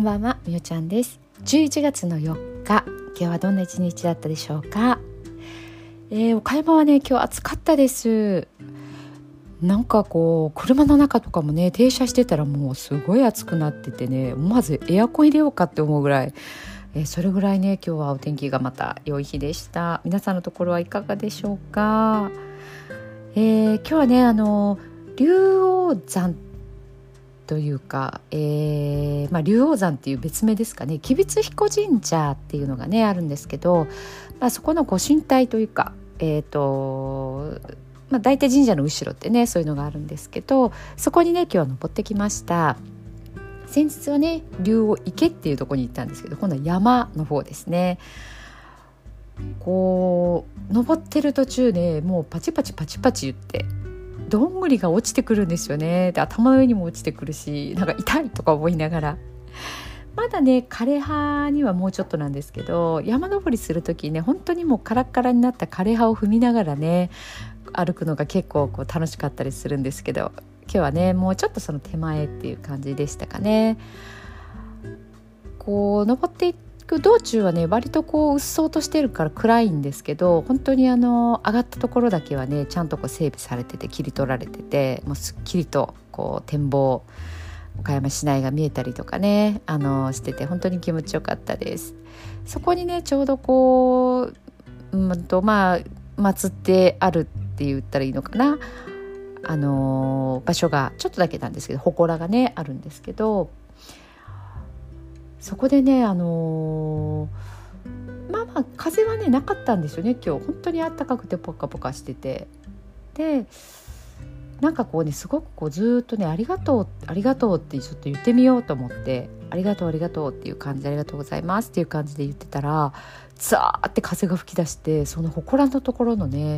んばんは、みおちゃんです。11月の4日、今日はどんな一日だったでしょうか。岡山はね、今日暑かったです。なんか車の中とかもね、停車してたらもうすごい暑くなっててね、思わずエアコン入れようかって思うぐらい、それぐらいね、今日はお天気がまた良い日でした。皆さんのところはいかがでしょうか。今日はね、竜王山というか、竜王山っていう別名ですかね、吉備津彦神社っていうのがねあるんですけど、そこのご神体というか、大体神社の後ろってねそういうのがあるんですけど、そこにね今日は登ってきました。先日はね竜王池っていうところに行ったんですけど、今度は山の方ですね。登ってる途中ね、もうパチパチパチパチ言ってどんぐりが落ちてくるんですよね。で、頭の上にも落ちてくるし、なんか痛いとか思いながら、まだね枯葉にはもうちょっとなんですけど、山登りする時ね、本当にもうカラッカラになった枯葉を踏みながらね歩くのが結構楽しかったりするんですけど、今日はねもうちょっとその手前っていう感じでしたかね。登っていく道中はね割とうっそうとしてるから暗いんですけど、本当に上がったところだけはねちゃんと整備されてて切り取られてて、もうすっきりと展望岡山市内が見えたりとかねしてて、本当に気持ちよかったです。そこにねちょうど祀ってあるって言ったらいいのかな、場所がちょっとだけなんですけど、祠がねあるんですけど、そこでね風はねなかったんですよね。今日本当に暖かくてポカポカしてて、でなんかすごくずっとねありがとうありがとうってちょっと言ってみようと思って、ありがとうありがとうっていう感じで、ありがとうございますっていう感じで言ってたら、ザーって風が吹き出して、その祠のところのね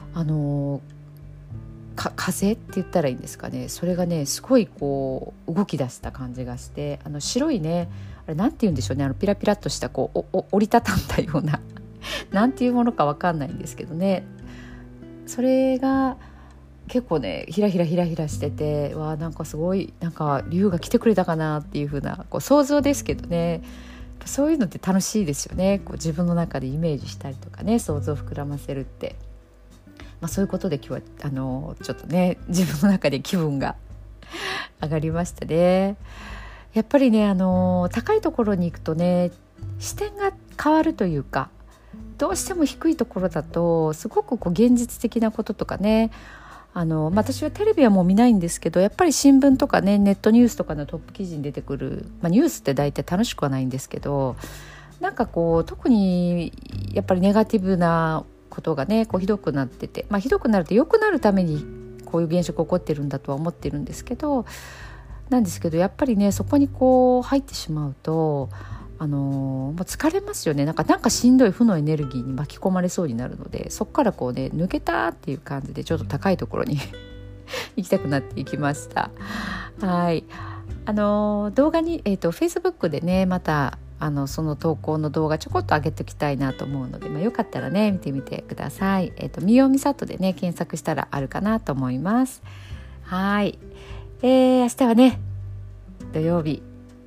風って言ったらいいんですかね、それがねすごい動き出した感じがして、白いねあれなんて言うんでしょうね、ピラピラっとした折りたたんだようななんていうものか分かんないんですけどね、それが結構ねひらひらひらひらしてて、なんかすごいなんか竜が来てくれたかなっていう風な想像ですけどね、そういうのって楽しいですよね。自分の中でイメージしたりとかね、想像を膨らませるって、そういうことで今日はちょっとね自分の中で気分が上がりましたね。やっぱりね高いところに行くとね視点が変わるというか、どうしても低いところだとすごく現実的なこととかね、私はテレビはもう見ないんですけど、やっぱり新聞とかねネットニュースとかのトップ記事に出てくる、ニュースって大体楽しくはないんですけど、なんか特にやっぱりネガティブなことがねひどくなってて、ひどくなると良くなるためにこういう現象が起こってるんだとは思ってるんですけど、やっぱりねそこに入ってしまうともう疲れますよね。なんかしんどい負のエネルギーに巻き込まれそうになるので、そこから抜けたっていう感じでちょっと高いところに行きたくなっていきました。はい、動画に、Facebook でねまたその投稿の動画ちょこっと上げておきたいなと思うので、よかったらね見てみてください。みおみさとでね検索したらあるかなと思います。はい、明日はね土曜日、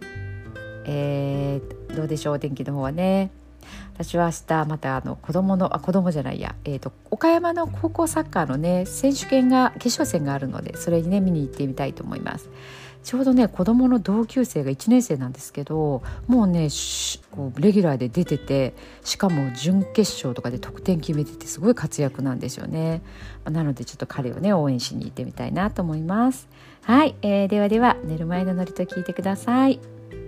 どうでしょうお天気の方はね。私は明日また子供じゃないや、岡山の高校サッカーのね選手権が決勝戦があるので、それにね見に行ってみたいと思います。ちょうどね子供の同級生が1年生なんですけど、もうねレギュラーで出てて、しかも準決勝とかで得点決めててすごい活躍なんですよね。なのでちょっと彼をね応援しに行ってみたいなと思います。はい、ではでは寝る前のノリと聞いてください。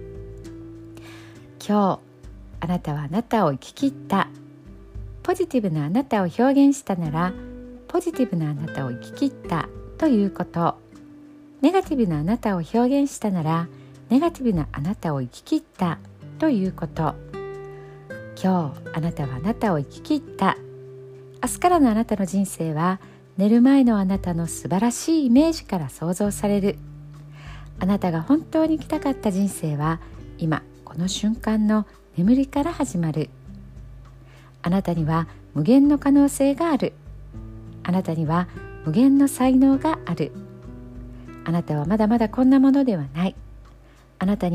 今日あなたはあなたを生き切った。ポジティブなあなたを表現したなら、ポジティブなあなたを生き切ったということ。ネガティブなあなたを表現したなら、ネガティブなあなたを生き切ったということ。今日あなたはあなたを生き切った。明日からのあなたの人生は寝る前のあなたの素晴らしいイメージから想像される。あなたが本当に生きたかった人生は今この瞬間の眠りから始まる。あなたには無限の可能性がある。あなたには無限の才能がある。あなたはまだまだこんなものではない。あなたには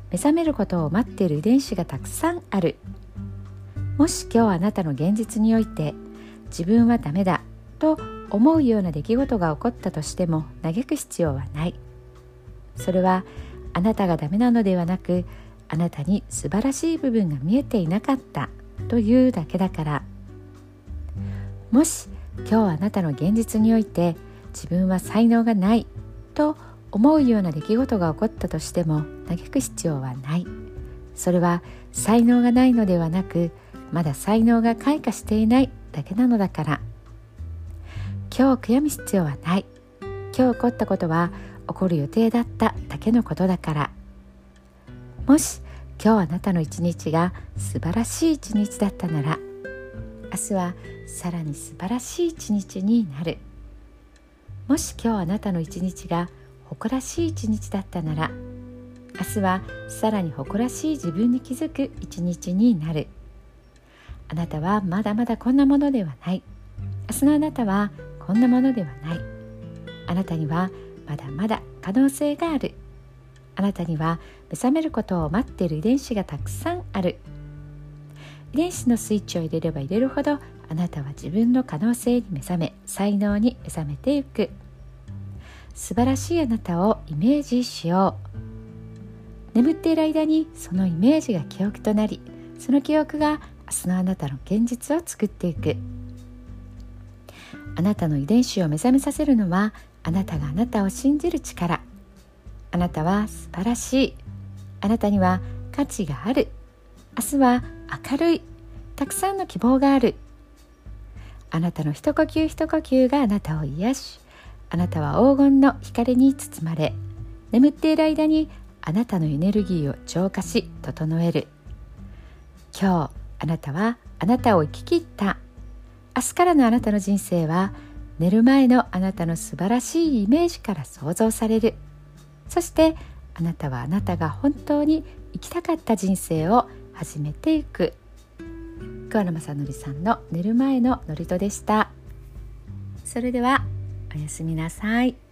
目覚めることを待っている遺伝子がたくさんある。もし今日あなたの現実において自分はダメだと思うような出来事が起こったとしても嘆く必要はない。それはあなたがダメなのではなく、あなたに素晴らしい部分が見えていなかったというだけだから。もし今日あなたの現実において自分は才能がないと思うような出来事が起こったとしても嘆く必要はない。それは才能がないのではなく、まだ才能が開花していないだけなのだから。今日悔やむ必要はない。今日起こったことは起こる予定だっただけのことだから。もし今日あなたの一日が素晴らしい一日だったなら、明日はさらに素晴らしい一日になる。もし今日あなたの一日が誇らしい一日だったなら、明日はさらに誇らしい自分に気づく一日になる。あなたはまだまだこんなものではない。明日のあなたはこんなものではない。あなたにはまだまだ可能性がある。あなたには目覚めることを待っている遺伝子がたくさんある。遺伝子のスイッチを入れれば入れるほど、あなたは自分の可能性に目覚め、才能に目覚めていく。素晴らしいあなたをイメージしよう。眠っている間にそのイメージが記憶となり、その記憶が明日のあなたの現実を作っていく。あなたの遺伝子を目覚めさせるのは、あなたがあなたを信じる力。あなたは素晴らしい。あなたには価値がある。明日は明るい。たくさんの希望がある。あなたの一呼吸一呼吸があなたを癒し、あなたは黄金の光に包まれ、眠っている間にあなたのエネルギーを浄化し整える。今日あなたはあなたを生き切った。明日からのあなたの人生は、寝る前のあなたの素晴らしいイメージから想像される。そしてあなたはあなたが本当に生きたかった人生を始めていく。桑名正則さんの寝る前の祝詞でした。それではおやすみなさい。